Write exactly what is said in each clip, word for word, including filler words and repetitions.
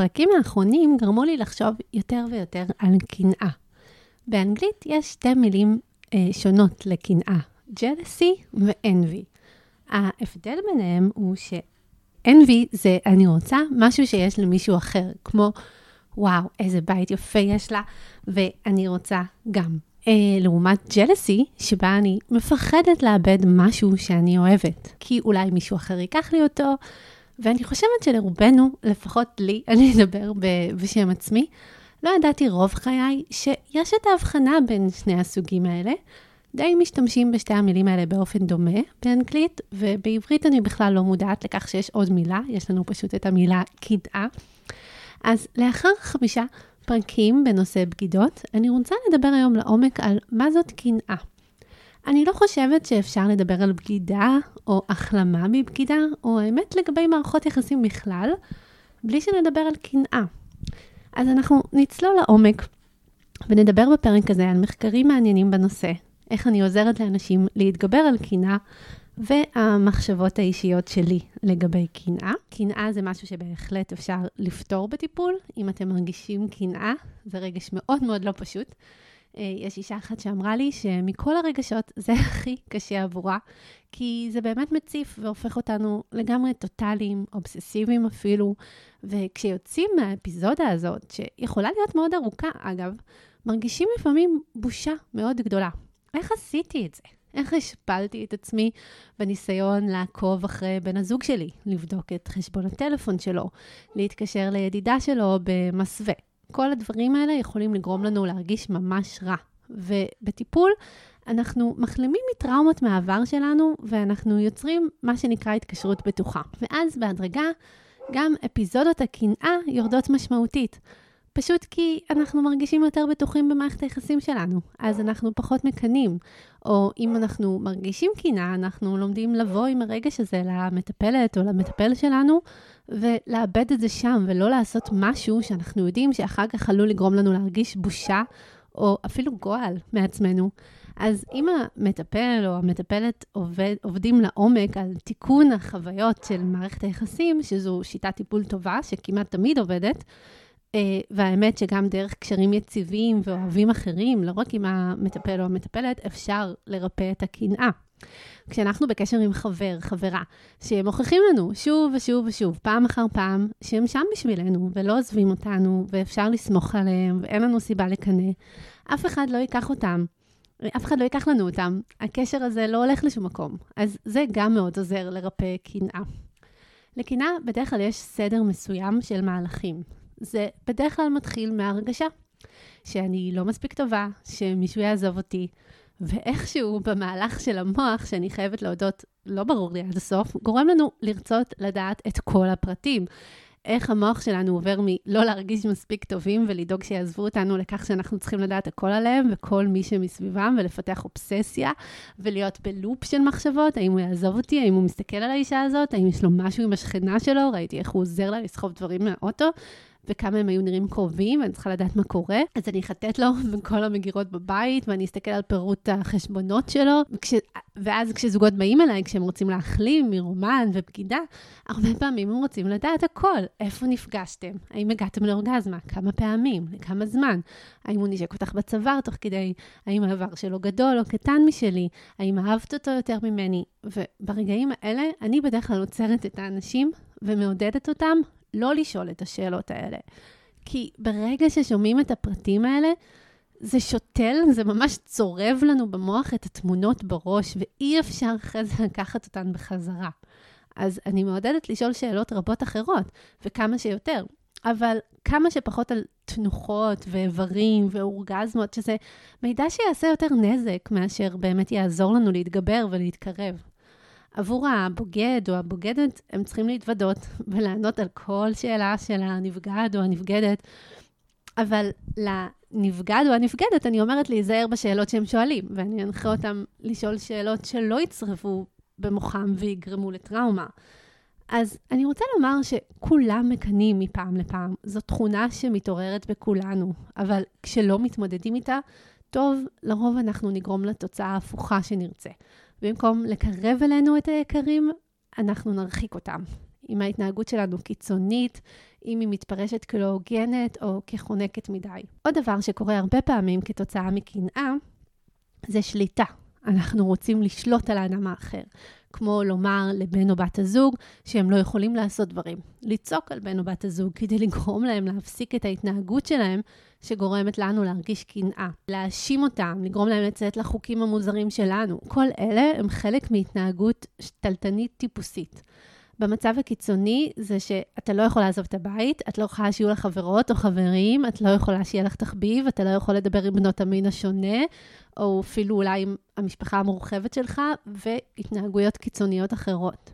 הפרקים האחרונים גרמו לי לחשוב יותר ויותר על קנאה. באנגלית יש שתי מילים אה, שונות לקנאה, jealousy ו-envy. ההבדל ביניהם הוא ש-envy זה אני רוצה משהו שיש למישהו אחר, כמו וואו, איזה בית יפה יש לה, ואני רוצה גם. אה, לעומת jealousy, שבה אני מפחדת לאבד משהו שאני אוהבת, כי אולי מישהו אחר ייקח לי אותו, ואני חושבת שלרובנו, לפחות לי, אני אדבר בשם עצמי, לא ידעתי רוב חיי שיש את ההבחנה בין שני הסוגים האלה. די משתמשים בשתי המילים האלה באופן דומה באנגלית, ובעברית אני בכלל לא מודעת לכך שיש עוד מילה, יש לנו פשוט את המילה קנאה. אז לאחר חמישה פרקים בנושא בגידות, אני רוצה לדבר היום לעומק על מה זאת קנאה. אני לא חושבת שאפשר לדבר על בגידה או החלמה מבגידה, או האמת לגבי מערכות יחסים בכלל, בלי שנדבר על קנאה. אז אנחנו נצלול לעומק ונדבר בפרק הזה על מחקרים מעניינים בנושא, איך אני עוזרת לאנשים להתגבר על קנאה, והמחשבות האישיות שלי לגבי קנאה. קנאה זה משהו שבהחלט אפשר לפתור בטיפול. אם אתם מרגישים קנאה, זה רגש מאוד מאוד לא פשוט. יש אישה אחת שאמרה לי שמכל הרגשות זה הכי קשה עבורה, כי זה באמת מציף והופך אותנו לגמרי טוטליים, אובססיביים אפילו, וכשיוצאים מהאפיזודה הזאת, שיכולה להיות מאוד ארוכה אגב, מרגישים לפעמים בושה מאוד גדולה. איך עשיתי את זה? איך השפלתי את עצמי בניסיון לעקוב אחרי בן הזוג שלי, לבדוק את חשבון הטלפון שלו, להתקשר לידידה שלו במסווה. כל הדברים האלה יכולים לגרום לנו להרגיש ממש רע. ובטיפול אנחנו מחלימים מטראומות מהעבר שלנו, ואנחנו יוצרים מה שנקרא התקשרות בטוחה. ואז בהדרגה גם אפיזודות הקנאה יורדות משמעותית. פשוט כי אנחנו מרגישים יותר בטוחים במערכת היחסים שלנו, אז אנחנו פחות מקנים. או אם אנחנו מרגישים קנאה, אנחנו לומדים לבוא עם הרגש הזה למטפלת או למטפל שלנו, ולאבד את זה שם, ולא לעשות משהו שאנחנו יודעים שאחר כך עלול לגרום לנו להרגיש בושה, או אפילו גועל מעצמנו. אז אם המטפל או המטפלת עובד, עובדים לעומק על תיקון החוויות של מערכת היחסים, שזו שיטת טיפול טובה שכמעט תמיד עובדת, והאמת שגם דרך קשרים יציבים ואוהבים אחרים, לא רק עם המטפל או המטפלת, אפשר לרפא את הקנאה. כשאנחנו בקשר עם חבר, חברה, שהם מוכיחים לנו שוב ושוב ושוב, פעם אחר פעם, שהם שם בשבילנו ולא עוזבים אותנו, ואפשר לסמוך עליהם, ואין לנו סיבה לקנא, אף אחד לא ייקח אותם, אף אחד לא ייקח לנו אותם. הקשר הזה לא הולך לשום מקום. אז זה גם מאוד עוזר לרפא קנאה. לקנאה בדרך כלל יש סדר מסוים של מהלכים. זה בדרך כלל מתחיל מהרגשה, שאני לא מספיק טובה, שמישהו יעזוב אותי, ואיכשהו במהלך של המוח, שאני חייבת להודות, לא ברור לי עד הסוף, גורם לנו לרצות לדעת את כל הפרטים. איך המוח שלנו עובר מלא להרגיש מספיק טובים, ולדאוג שיעזבו אותנו לכך שאנחנו צריכים לדעת הכל עליהם, וכל מי שמסביבם, ולפתח אובססיה, ולהיות בלופ של מחשבות, האם הוא יעזוב אותי, האם הוא מסתכל על האישה הזאת, האם יש לו משהו עם השכנה שלו, ראיתי איך הוא עוזר לה לסחוב דברים מהאוטו, וכמה הם היו נראים קרובים, ואני צריכה לדעת מה קורה. אז אני אחטט לו בכל המגירות בבית, ואני אסתכל על פירוט החשבונות שלו, וכש... ואז כשזוגות באים אליי, כשהם רוצים להחלים מרומן ובגידה, הרבה פעמים הם רוצים לדעת הכל. איפה נפגשתם? האם הגעתם לאורגזמה? כמה פעמים? לכמה זמן? האם הוא נשק אותך בצוואר תוך כדי? האם העבר שלו גדול או קטן משלי? האם אהבת אותו יותר ממני? וברגעים האלה, אני בדרך כלל עוצרת את האנשים ומעודדת אותם לא לשאול את השאלות האלה. כי ברגע ששומעים את הפרטים האלה, זה שוטל, זה ממש צורב לנו במוח את התמונות בראש, ואי אפשר אחרי זה לקחת אותן בחזרה. אז אני מעודדת לשאול שאלות רבות אחרות, וכמה שיותר. אבל כמה שפחות על תנוחות ואיברים ואורגזמות, שזה מידע שיעשה יותר נזק, מאשר באמת יעזור לנו להתגבר ולהתקרב. עבור הבוגד או הבוגדת, הם צריכים להתוודות ולענות על כל שאלה של הנפגד או הנפגדת. אבל לנפגד או הנפגדת, אני אומרת להיזהר בשאלות שהם שואלים, ואני אנחה אותם לשאול שאלות שלא יצרבו במוחם ויגרמו לטראומה. אז אני רוצה לומר שכולם מקנים מפעם לפעם. זו תכונה שמתעוררת בכולנו, אבל כשלא מתמודדים איתה, טוב, לרוב אנחנו נגרום לתוצאה ההפוכה שנרצה. במקום לקרב אלינו את היקרים, אנחנו נרחיק אותם. אם ההתנהגות שלנו קיצונית, אם היא מתפרשת כלא הוגנת או כחונקת מדי. עוד דבר שקורה הרבה פעמים כתוצאה מקנאה, זה שליטה. אנחנו רוצים לשלוט על האדם האחר, כמו לומר לבן או בת הזוג שהם לא יכולים לעשות דברים. לצעוק על בן או בת הזוג כדי לגרום להם להפסיק את ההתנהגות שלהם שגורמת לנו להרגיש קנאה. להאשים אותם, לגרום להם לצאת לחוקים המוזרים שלנו. כל אלה הם חלק מהתנהגות שתלטנית טיפוסית. במצב הקיצוני זה שאתה לא יכול לעזוב את הבית, את לא יכולה שיהיו לך חברות או חברים, את לא יכולה שיהיה לך תחביב, אתה לא יכול לדבר עם בנות המין השונה, או אפילו אולי עם המשפחה המורחבת שלך, והתנהגויות קיצוניות אחרות.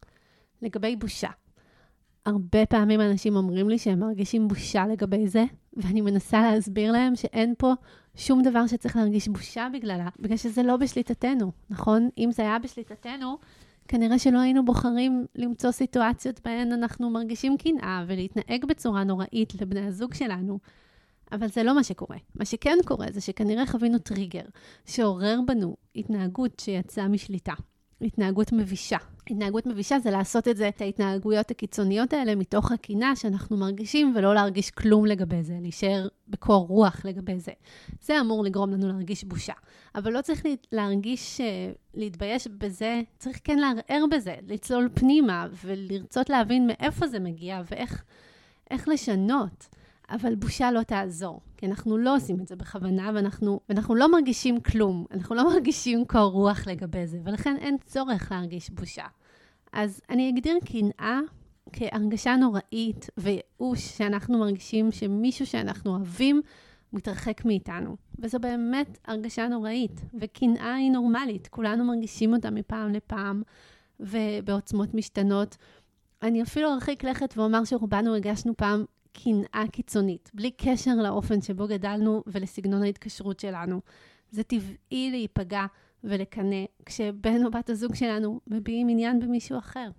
לגבי בושה. הרבה פעמים אנשים אומרים לי שהם מרגישים בושה לגבי זה, ואני מנסה להסביר להם שאין פה שום דבר שצריך להרגיש בושה בגללה, בגלל שזה לא בשליטתנו, נכון? אם זה היה בשליטתנו, כנראה שלא היינו בוחרים למצוא סיטואציות בהן אנחנו מרגישים קנאה ולהתנהג בצורה נוראית לבני הזוג שלנו. אבל זה לא מה שקורה. מה שכן קורה זה שכנראה חווינו טריגר שעורר בנו התנהגות שיצאה משליטה. התנהגות מבישה. התנהגות מבישה זה לעשות את זה, את ההתנהגויות הקיצוניות האלה מתוך הקנאה שאנחנו מרגישים ולא להרגיש כלום לגבי זה, להישאר בקור רוח לגבי זה. זה אמור לגרום לנו להרגיש בושה. אבל לא צריך להרגיש, להתבייש בזה, צריך כן לערער בזה, לצלול פנימה ולרצות להבין מאיפה זה מגיע ואיך איך לשנות. אבל בושה לא תעזור, כי אנחנו לא עושים את זה בכוונה, ואנחנו, ואנחנו לא מרגישים כלום, אנחנו לא מרגישים קור רוח לגבי זה, ולכן אין צורך להרגיש בושה. אז אני אגדיר קנאה כהרגשה נוראית, וייאוש שאנחנו מרגישים שמישהו שאנחנו אוהבים מתרחק מאיתנו. וזו באמת הרגשה נוראית, וקנאה היא נורמלית, כולנו מרגישים אותה מפעם לפעם, ובעוצמות משתנות. אני אפילו ארחיק לכת ואומר שרובנו הרגשנו פעם קנאה קיצונית, בלי קשר לאופן שבו גדלנו ולסגנון ההתקשרות שלנו. זה טבעי להיפגע ולקנא כשבן או בת הזוג שלנו מביעים עניין במישהו אחר.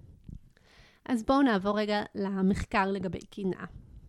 אז בואו נעבור רגע למחקר לגבי קנאה.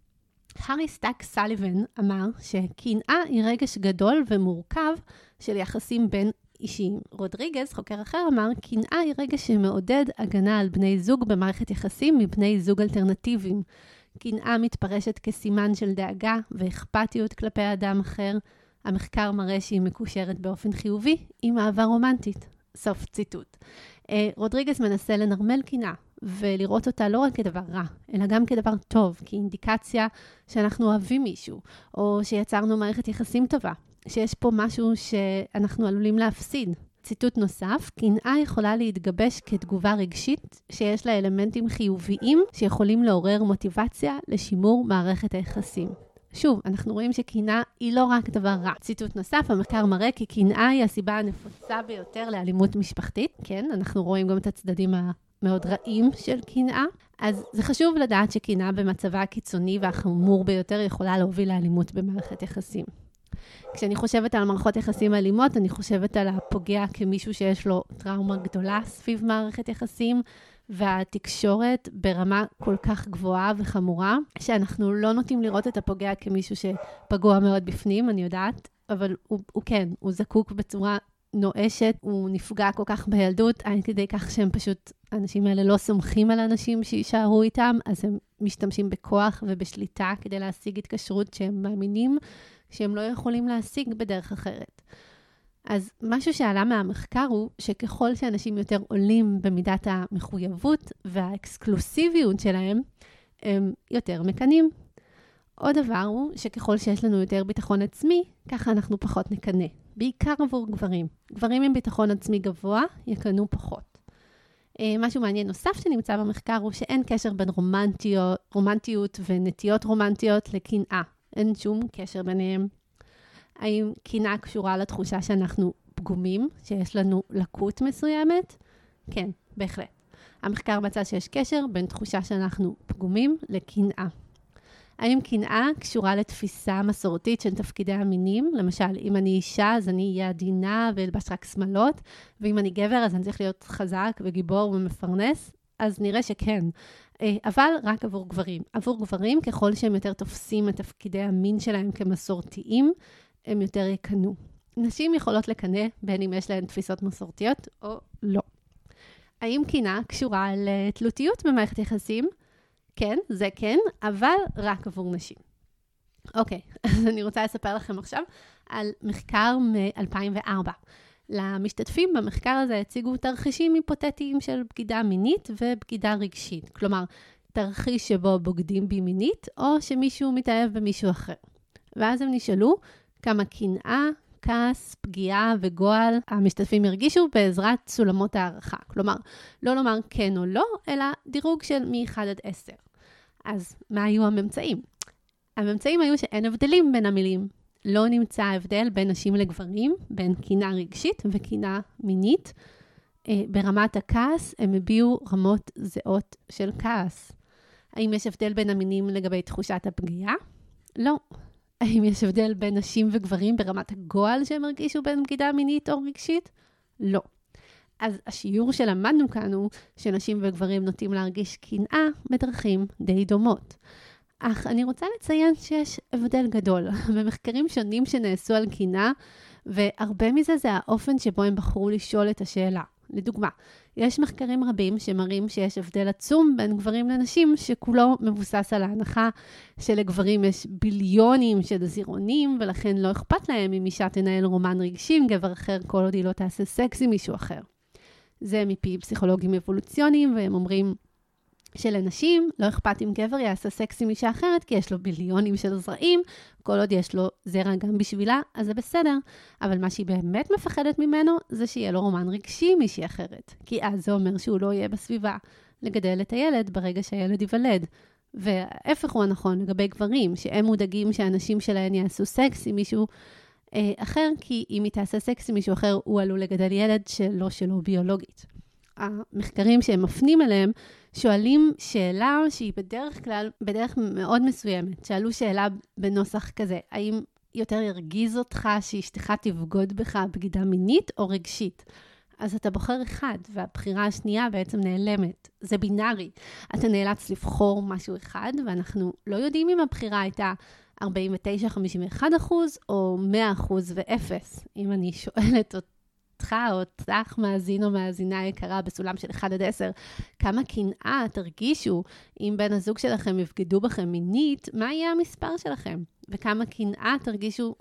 הארי סטאק סליבן אמר שקנאה היא רגש גדול ומורכב של יחסים בין אישיים. רודריגז, חוקר אחר, אמר, קנאה היא רגש שמעודד הגנה על בני זוג במערכת יחסים מבני זוג אלטרנטיביים. קנאה מתפרשת כסימן של דאגה ואכפתיות כלפי האדם אחר. המחקר מראה שהיא מקושרת באופן חיובי עם אהבה רומנטית. סוף ציטוט. רודריגז מנסה לנרמל קנאה ולראות אותה לא רק כדבר רע, אלא גם כדבר טוב, כאינדיקציה שאנחנו אוהבים מישהו, או שיצרנו מערכת יחסים טובה, שיש פה משהו שאנחנו עלולים להפסיד. ציטוט נוסף, קנאה יכולה להתגבש כתגובה רגשית שיש לה אלמנטים חיוביים שיכולים לעורר מוטיבציה לשימור מערכת היחסים. שוב, אנחנו רואים שקנאה היא לא רק דבר רע. ציטוט נוסף, המחקר מראה כי קנאה היא הסיבה הנפוצה ביותר לאלימות משפחתית. כן, אנחנו רואים גם את הצדדים המאוד רעים של קנאה. אז זה חשוב לדעת שקנאה במצבה הקיצוני והחמור ביותר יכולה להוביל לאלימות במערכת יחסים. כשאני חושבת על מערכות יחסים אלימות, אני חושבת על הפוגע כמישהו שיש לו טראומה גדולה סביב מערכת יחסים, והתקשורת ברמה כל כך גבוהה וחמורה, שאנחנו לא נוטים לראות את הפוגע כמישהו שפגוע מאוד בפנים, אני יודעת, אבל הוא, הוא כן, הוא זקוק בצורה נואשת, הוא נפגע כל כך בילדות, עד כדי כך שהם פשוט, האנשים האלה לא סומכים על אנשים שישארו איתם, אז הם משתמשים בכוח ובשליטה כדי להשיג התקשרות שהם מאמינים, שהם לא יכולים להשיג בדרך אחרת. אז משהו שעלה מהמחקר הוא שככל שאנשים יותר עולים במידת המחויבות והאקסקלוסיביות שלהם, הם יותר מקנים. עוד דבר הוא שככל שיש לנו יותר ביטחון עצמי, ככה אנחנו פחות נקנה. בעיקר עבור גברים. גברים עם ביטחון עצמי גבוה יקנו פחות. משהו מעניין נוסף שנמצא במחקר הוא שאין קשר בין רומנטיות, רומנטיות ונטיות רומנטיות לקנאה. אין שום קשר ביניהם. האם קנאה קשורה לתחושה שאנחנו פגומים, שיש לנו לקות מסוימת? כן, בהחלט. המחקר מצא שיש קשר בין תחושה שאנחנו פגומים לקנאה. האם קנאה קשורה לתפיסה מסורתית של תפקידי המינים? למשל, אם אני אישה, אז אני אהיה עדינה ואלבש רק שמלות, ואם אני גבר, אז אני צריך להיות חזק וגיבור ומפרנס? אז נראה שכן. אבל רק עבור גברים. עבור גברים, ככל שהם יותר תופסים את תפקידי המין שלהם כמסורתיים, הם יותר יקנו. נשים יכולות לקנא בין אם יש להן תפיסות מסורתיות או לא. האם קנאה קשורה לתלותיות במערכת יחסים? כן, זה כן, אבל רק עבור נשים. אוקיי, אז אני רוצה לספר לכם עכשיו על מחקר מ-אלפיים וארבע. למשתתפים במחקר הזה הציגו תרחישים היפותטיים של בגידה מינית ובגידה רגשית. כלומר, תרחיש שבו בוגדים בי מינית, או שמישהו מתאהב במישהו אחר. ואז הם נשאלו כמה קנאה, כעס, פגיעה וגועל המשתתפים הרגישו בעזרת סולמות הערכה. כלומר, לא לומר כן או לא, אלא דירוג של מ-אחד עד עשר. אז מה היו הממצאים? הממצאים היו שאין הבדלים בין המילים. לא נמצא הבדל בין נשים לגברים, בין קנאה רגשית וקנאה מינית. ברמת הכעס הם הביעו רמות זהות של כעס. האם יש הבדל בין המינים לגבי תחושת הפגיעה? לא. האם יש הבדל בין נשים וגברים ברמת הגועל שהם הרגישו בין בגידה מינית או רגשית? לא. אז השיעור שלמדנו כאן הוא שנשים וגברים נוטים להרגיש קנאה בדרכים די דומות. אך אני רוצה לציין שיש הבדל גדול במחקרים שונים שנעשו על קנאה, והרבה מזה זה האופן שבו הם בחרו לשאול את השאלה. לדוגמה, יש מחקרים רבים שמראים שיש הבדל עצום בין גברים לנשים, שכולו מבוסס על ההנחה שלגברים יש ביליונים של זירונים, ולכן לא אכפת להם אם אישה תנהל רומן רגשי עם גבר אחר, כל עוד היא לא תעשה סקס עם מישהו אחר. זה מפי פסיכולוגים אבולוציוניים, והם אומרים שלנשים לא אכפת אם גבר יעשה סקס עם אישה אחרת, כי יש לו ביליונים של זרעים, כל עוד יש לו זרע גם בשבילה, אז זה בסדר. אבל מה שהיא באמת מפחדת ממנו, זה שיהיה לו רומן רגשי עם מישהי אחרת. כי אז זה אומר שהוא לא יהיה בסביבה לגדל את הילד ברגע שהילד ייוולד. וההפך הוא הנכון לגבי גברים, שהם מודאגים שהאנשים שלהם יעשו סקס עם מישהו אה, אחר, כי אם היא תעשה סקס עם מישהו אחר, הוא עלול לגדל ילד שלא שלו ביולוגית. המחקרים שהם מפנים אליהם, שואלים שאלה שהיא בדרך כלל, בדרך מאוד מסוימת. שאלו שאלה בנוסח כזה, האם יותר ירגיז אותך שאשתך תבגוד בך בגידה מינית או רגשית? אז אתה בוחר אחד, והבחירה השנייה בעצם נעלמת. זה בינארי. אתה נאלץ לבחור משהו אחד, ואנחנו לא יודעים אם הבחירה הייתה ארבעים ותשע נקודה חמישים ואחת אחוז או מאה אחוז ואפס. אם אני שואלת אותך, אותך או אותך מאזין או מאזינה יקרה בסולם של אחד עד עשר, כמה קנאה תרגישו אם בן הזוג שלכם יבגדו בכם מינית, מה יהיה המספר שלכם? וכמה קנאה תרגישו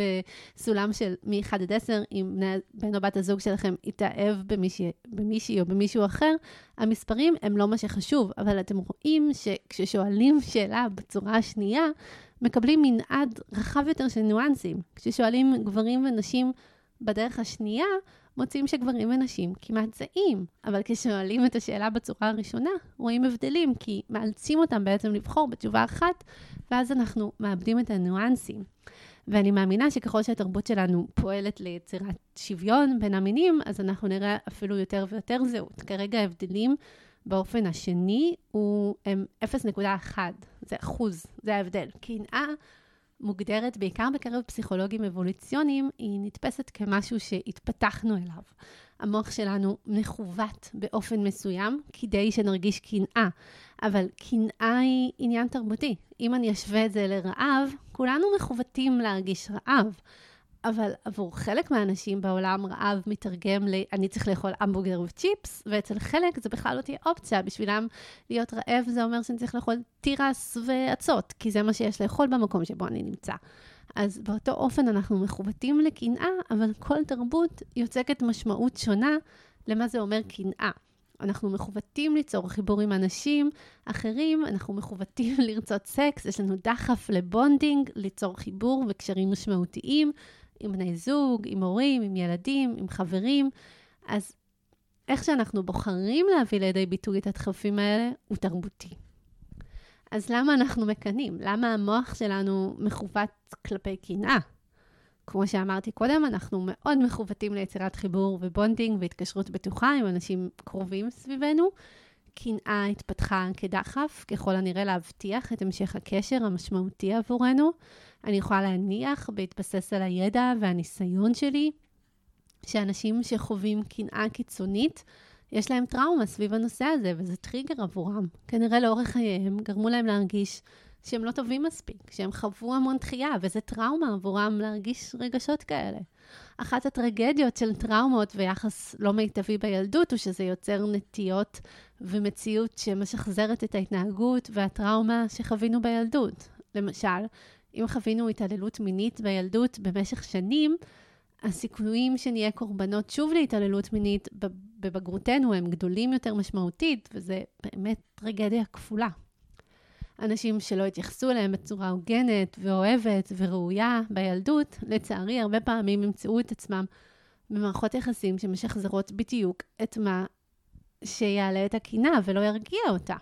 בסולם של מ-אחד עד עשר, אם בן או בת הזוג שלכם יתאהב במישהי, במישהי או במישהו אחר, המספרים הם לא מה שחשוב, אבל אתם רואים שכששואלים שאלה בצורה השנייה, מקבלים מנעד רחב יותר של ניואנסים. כששואלים גברים ונשים בדרך השנייה, מוצאים שגברים ונשים כמעט זהים, אבל כששואלים את השאלה בצורה הראשונה, רואים הבדלים, כי מאלצים אותם בעצם לבחור בתשובה אחת, ואז אנחנו מאבדים את הניואנסים. ואני מאמינה שככל שהתרבות שלנו פועלת ליצירת שוויון בין המינים, אז אנחנו נראה אפילו יותר ויותר זהות. כרגע ההבדלים באופן השני הוא אפס נקודה אחת, זה אחוז, זה ההבדל. קנאה מוגדרת בעיקר בקרב פסיכולוגים אבולוציוניים, היא נתפסת כמשהו שהתפתחנו אליו. המוח שלנו מכוות באופן מסוים, כדי שנרגיש קנאה. אבל קנאה היא עניין תרבותי. אם אני אשווה את זה לרעב, כולנו מכוותים להרגיש רעב. אבל עבור חלק מהאנשים בעולם רעב מתרגם ל, אני צריך לאכול המבורגר וצ'יפס, ואצל חלק זה בכלל לא תהיה אופציה. בשבילם להיות רעב זה אומר שאני צריך לאכול תירס ועצות, כי זה מה שיש לאכול במקום שבו אני נמצא. אז באותו אופן אנחנו מכוותים לקנאה, אבל כל תרבות יוצקת משמעות שונה למה זה אומר קנאה. אנחנו מכוותים ליצור חיבור עם אנשים אחרים, אנחנו מכוותים לרצות סקס, יש לנו דחף לבונדינג, ליצור חיבור וקשרים משמעותיים, עם בני זוג, עם הורים, עם ילדים, עם חברים. אז איך שאנחנו בוחרים להביא לידי ביטוי את הדחפים האלה, הוא תרבותי. אז למה אנחנו מקנים? למה המוח שלנו מכוות כלפי קנאה? כמו שאמרתי קודם, אנחנו מאוד מכוותים ליצירת חיבור ובונדינג והתקשרות בטוחה עם אנשים קרובים סביבנו. קנאה התפתחה כדחף, ככל הנראה להבטיח את המשך הקשר המשמעותי עבורנו. אני יכולה להניח בהתבסס על הידע והניסיון שלי, שאנשים שחווים קנאה קיצונית, יש להם טראומה סביב הנושא הזה, וזה טריגר עבורם. כנראה לאורך חייהם גרמו להם להרגיש שהם לא טובים מספיק, שהם חוו המון דחייה, וזה טראומה עבורם להרגיש רגשות כאלה. אחת הטרגדיות של טראומות ויחס לא מיטבי בילדות, הוא שזה יוצר נטיות ומציאות שמשחזרת את ההתנהגות והטראומה שחווינו בילדות. למשל, אם חווינו התעללות מינית בילדות במשך שנים, הסיכויים שנהיה קורבנות שוב להתעללות מינית בבגרותנו הם גדולים יותר משמעותית, וזה באמת טרגדיה כפולה. אנשים שלא התייחסו אליהם בצורה הוגנת ואוהבת וראויה בילדות, לצערי הרבה פעמים ימצאו את עצמם במערכות יחסים שמשחזרות בדיוק את מה שיעלה את הקינה ולא ירגיע אותה.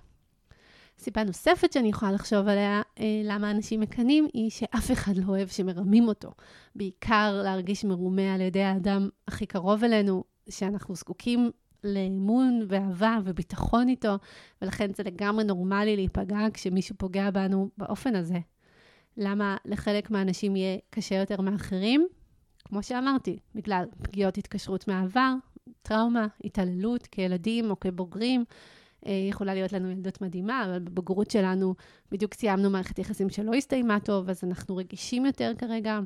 סיבה נוספת שאני יכולה לחשוב עליה, למה אנשים מקנים, היא שאף אחד לא אוהב שמרמים אותו. בעיקר להרגיש מרומה על ידי האדם הכי קרוב אלינו, שאנחנו זקוקים לאמון ואהבה וביטחון איתו, ולכן זה לגמרי נורמלי להיפגע כשמישהו פוגע בנו באופן הזה. למה לחלק מהאנשים יהיה קשה יותר מאחרים? כמו שאמרתי, בגלל פגיעות התקשרות מהעבר, טראומה, התעללות כילדים או כבוגרים, יכולה להיות לנו ילדות מדהימה, אבל בבגרות שלנו בדיוק סיימנו מערכת יחסים שלא הסתיימה טוב, אז אנחנו רגישים יותר כרגע,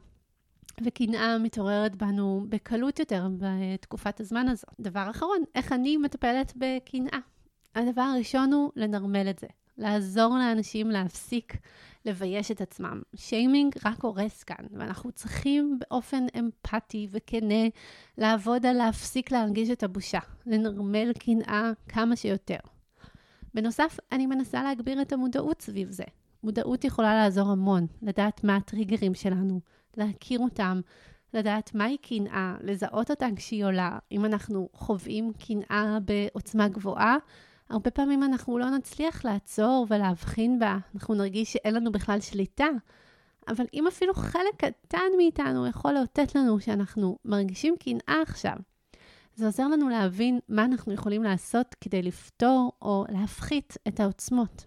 וקנאה מתעוררת בנו בקלות יותר בתקופת הזמן הזאת. דבר אחרון, איך אני מטפלת בקנאה? הדבר הראשון הוא לנרמל את זה, לעזור לאנשים להפסיק לבייש את עצמם. שיימינג רק הורס כאן, ואנחנו צריכים באופן אמפתי וכנה לעבוד על להפסיק להרגיש את הבושה, לנרמל קנאה כמה שיותר. בנוסף, אני מנסה להגביר את המודעות סביב זה. מודעות יכולה לעזור המון, לדעת מה הטריגרים שלנו, להכיר אותם, לדעת מהי קנאה, לזהות אותה כשהיא עולה. אם אנחנו חווים קנאה בעוצמה גבוהה, הרבה פעמים אנחנו לא נצליח לעצור ולהבחין בה, אנחנו נרגיש שאין לנו בכלל שליטה, אבל אם אפילו חלק קטן מאיתנו יכול לאותת לנו שאנחנו מרגישים קנאה עכשיו, זה עוזר לנו להבין מה אנחנו יכולים לעשות כדי לפתור או להפחית את העוצמות.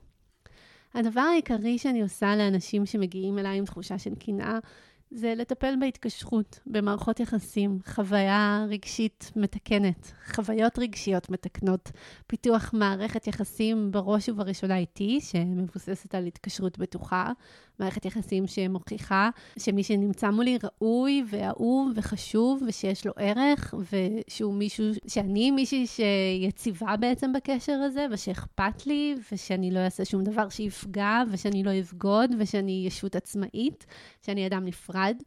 הדבר העיקרי שאני עושה לאנשים שמגיעים אליי עם תחושה של קנאה, זה לטפל בהתקשרות, במערכות יחסים, חוויה רגשית מתקנת, חוויות רגשיות מתקנות, פיתוח מערכת יחסים בראש ובראשונה איתי, שמבוססת על התקשרות בטוחה, מערכת יחסים שמוכיחה שמי שנמצא מולי ראוי ואהוב וחשוב ושיש לו ערך, ושהוא מישהו, שאני מישהי שיציבה בעצם בקשר הזה, ושאכפת לי, ושאני לא אעשה שום דבר שיפגע, ושאני לא אבגוד, ושאני ישות עצמאית, שאני אדם נפרד,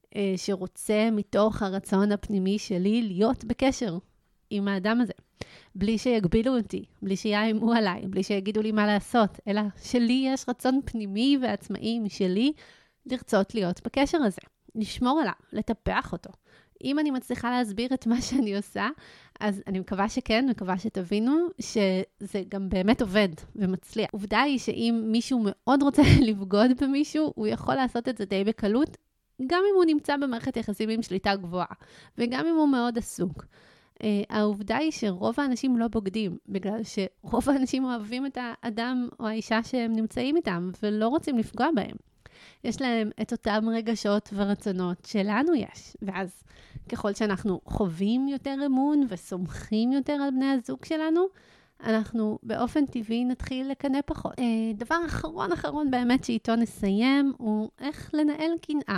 שרוצה מתוך הרצון הפנימי שלי להיות בקשר עם האדם הזה. בלי שיגבילו אותי, בלי שיאיימו עליי, בלי שיגידו לי מה לעשות, אלא שלי יש רצון פנימי ועצמאי משלי לרצות להיות בקשר הזה. לשמור עליו, לטפח אותו. אם אני מצליחה להסביר את מה שאני עושה, אז אני מקווה שכן, מקווה שתבינו שזה גם באמת עובד ומצליח. עובדה היא שאם מישהו מאוד רוצה לבגוד במישהו, הוא יכול לעשות את זה די בקלות, גם אם הוא נמצא במערכת יחסים עם שליטה גבוהה, וגם אם הוא מאוד עסוק. Uh, העובדה היא שרוב האנשים לא בוגדים, בגלל שרוב האנשים אוהבים את האדם או האישה שהם נמצאים איתם, ולא רוצים לפגוע בהם. יש להם את אותם רגשות ורצונות שלנו יש, ואז ככל שאנחנו חווים יותר אמון וסומכים יותר על בני הזוג שלנו, אנחנו באופן טבעי נתחיל לקנא פחות. Uh, דבר אחרון אחרון באמת שאיתו נסיים, הוא איך לנהל קנאה.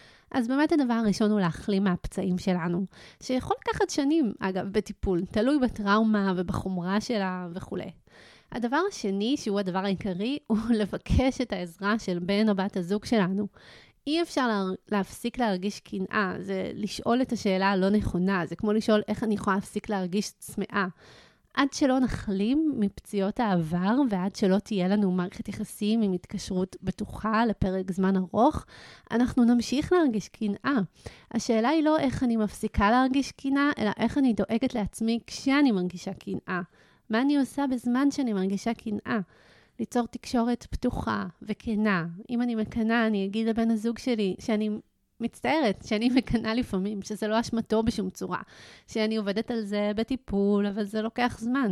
אז באמת הדבר הראשון הוא להחלים מהפצעים שלנו, שיכול לקחת שנים, אגב, בטיפול, תלוי בטראומה ובחומרה שלה וכו'. הדבר השני, שהוא הדבר העיקרי, הוא לבקש את העזרה של בן או בת הזוג שלנו. אי אפשר לה, להפסיק להרגיש קנאה, זה לשאול את השאלה הלא נכונה, זה כמו לשאול איך אני יכולה להפסיק להרגיש צמאה. עד שלא נחלים מפציעות העבר, ועד שלא תהיה לנו מערכת יחסים עם התקשרות בטוחה לפרק זמן ארוך, אנחנו נמשיך להרגיש קנאה. השאלה היא לא איך אני מפסיקה להרגיש קנאה, אלא איך אני דואגת לעצמי כשאני מרגישה קנאה. מה אני עושה בזמן שאני מרגישה קנאה? ליצור תקשורת פתוחה וכנה. אם אני מקנה, אני אגיד לבן הזוג שלי שאני מצטערת, שאני מקנה לפעמים, שזה לא אשמתו בשום צורה, שאני עובדת על זה בטיפול, אבל זה לוקח זמן.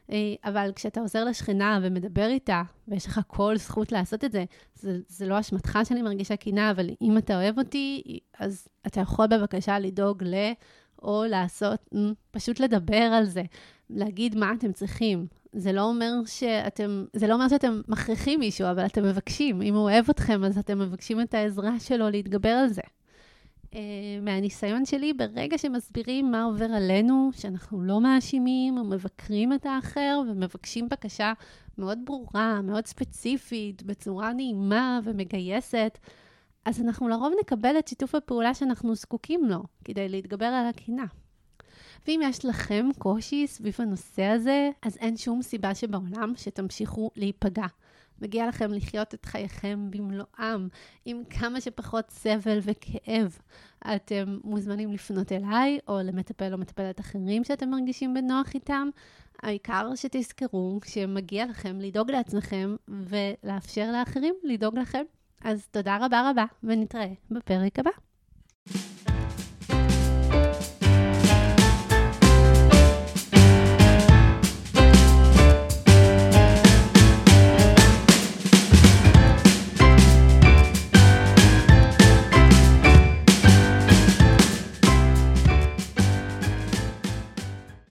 אבל כשאתה עוזר לשכנה ומדבר איתה, ויש לך כל זכות לעשות את זה, זה, זה לא אשמתך שאני מרגישה קנאה, אבל אם אתה אוהב אותי, אז אתה יכול בבקשה לדאוג ל... או לעשות, פשוט לדבר על זה, להגיד מה אתם צריכים. זה לא אומר שאתם, זה לא אומר שאתם מכריחים מישהו, אבל אתם מבקשים. אם הוא אוהב אתכם, אז אתם מבקשים את העזרה שלו להתגבר על זה. Uh, מהניסיון שלי, ברגע שמסבירים מה עובר עלינו, שאנחנו לא מאשימים או מבקרים את האחר ומבקשים בקשה מאוד ברורה, מאוד ספציפית, בצורה נעימה ומגייסת, אז אנחנו לרוב נקבל את שיתוף הפעולה שאנחנו זקוקים לו, כדי להתגבר על הקנאה. ואם יש לכם קושי סביב הנושא הזה, אז אין שום סיבה שבעולם שתמשיכו להיפגע. מגיע לכם לחיות את חייכם במלואם, עם כמה שפחות סבל וכאב. אתם מוזמנים לפנות אליי, או למטפל או מטפלת אחרים שאתם מרגישים בנוח איתם. העיקר שתזכרו שמגיע לכם לדאוג לעצמכם, ולאפשר לאחרים לדאוג לכם. אז תודה רבה רבה, ונתראה בפרק הבא.